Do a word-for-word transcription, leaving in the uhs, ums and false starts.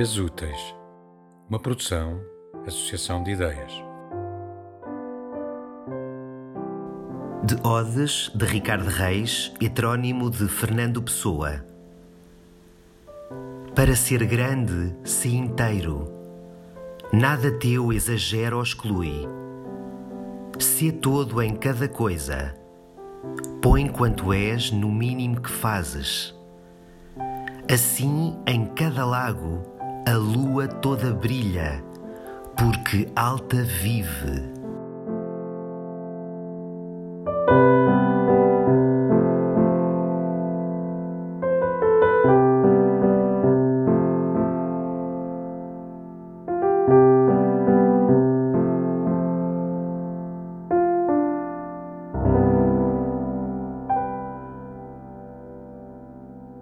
Ideias Úteis, uma produção, associação de ideias. De Odes, de Ricardo Reis, heterónimo de Fernando Pessoa. Para ser grande, se inteiro. Nada teu exagera ou exclui. Sê todo em cada coisa. Põe quanto és no mínimo que fazes. Assim, em cada lago, a lua toda brilha, porque alta vive.